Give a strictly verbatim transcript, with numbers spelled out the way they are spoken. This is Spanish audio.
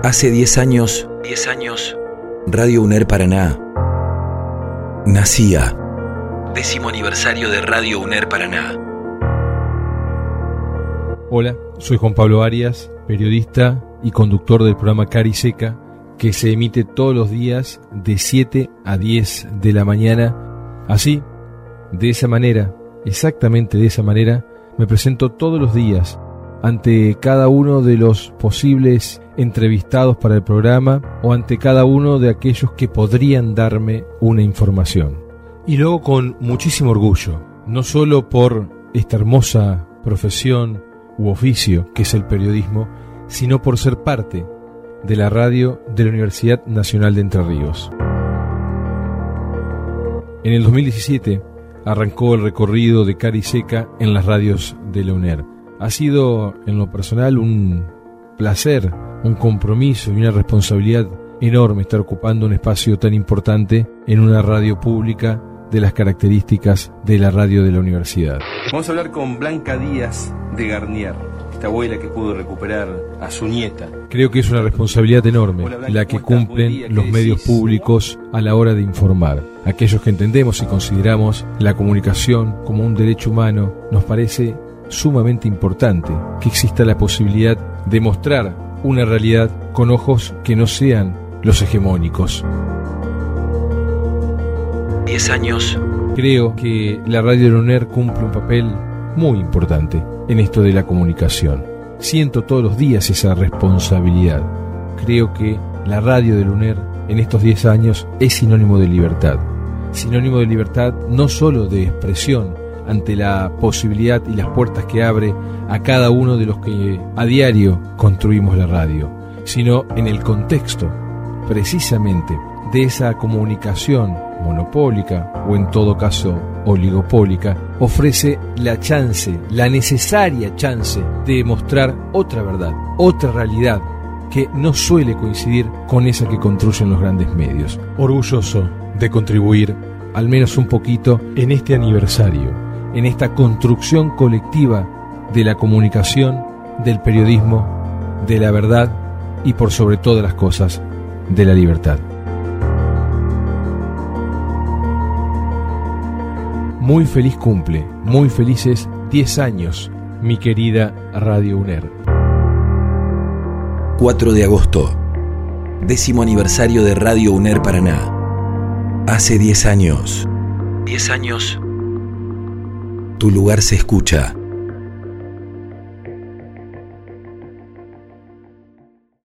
Hace diez años, diez años, Radio UNER Paraná nacía. Décimo aniversario de Radio UNER Paraná. Hola, soy Juan Pablo Arias, periodista y conductor del programa Cari Seca, que se emite todos los días de siete a diez de la mañana. Así, de esa manera, exactamente de esa manera, me presento todos los días ante cada uno de los posibles entrevistados para el programa o ante cada uno de aquellos que podrían darme una información. Y luego con muchísimo orgullo, no solo por esta hermosa profesión u oficio que es el periodismo, sino por ser parte de la radio de la Universidad Nacional de Entre Ríos. En el dos mil diecisiete arrancó el recorrido de Cari Seca en las radios de la UNER. Ha sido, en lo personal, un placer, un compromiso y una responsabilidad enorme estar ocupando un espacio tan importante en una radio pública de las características de la radio de la universidad. Vamos a hablar con Blanca Díaz de Garnier, esta abuela que pudo recuperar a su nieta. Creo que es una responsabilidad enorme la que cumplen los medios públicos a la hora de informar. Aquellos que entendemos y consideramos la comunicación como un derecho humano, nos parece sumamente importante que exista la posibilidad de mostrar una realidad con ojos que no sean los hegemónicos. Diez años. Creo que la radio de la UNER cumple un papel muy importante en esto de la comunicación. Siento todos los días esa responsabilidad. Creo que la radio de la UNER en estos diez años es sinónimo de libertad. Sinónimo de libertad no solo de expresión ante la posibilidad y las puertas que abre a cada uno de los que a diario construimos la radio, sino en el contexto, precisamente, de esa comunicación monopólica o en todo caso oligopólica, ofrece la chance, la necesaria chance de mostrar otra verdad, otra realidad que no suele coincidir con esa que construyen los grandes medios. Orgulloso de contribuir al menos un poquito en este aniversario, en esta construcción colectiva de la comunicación, del periodismo, de la verdad y por sobre todas las cosas, de la libertad. Muy feliz cumple, muy felices diez años, mi querida Radio UNER. cuatro de agosto, décimo aniversario de Radio UNER Paraná. Hace diez años. diez años. Tu lugar se escucha.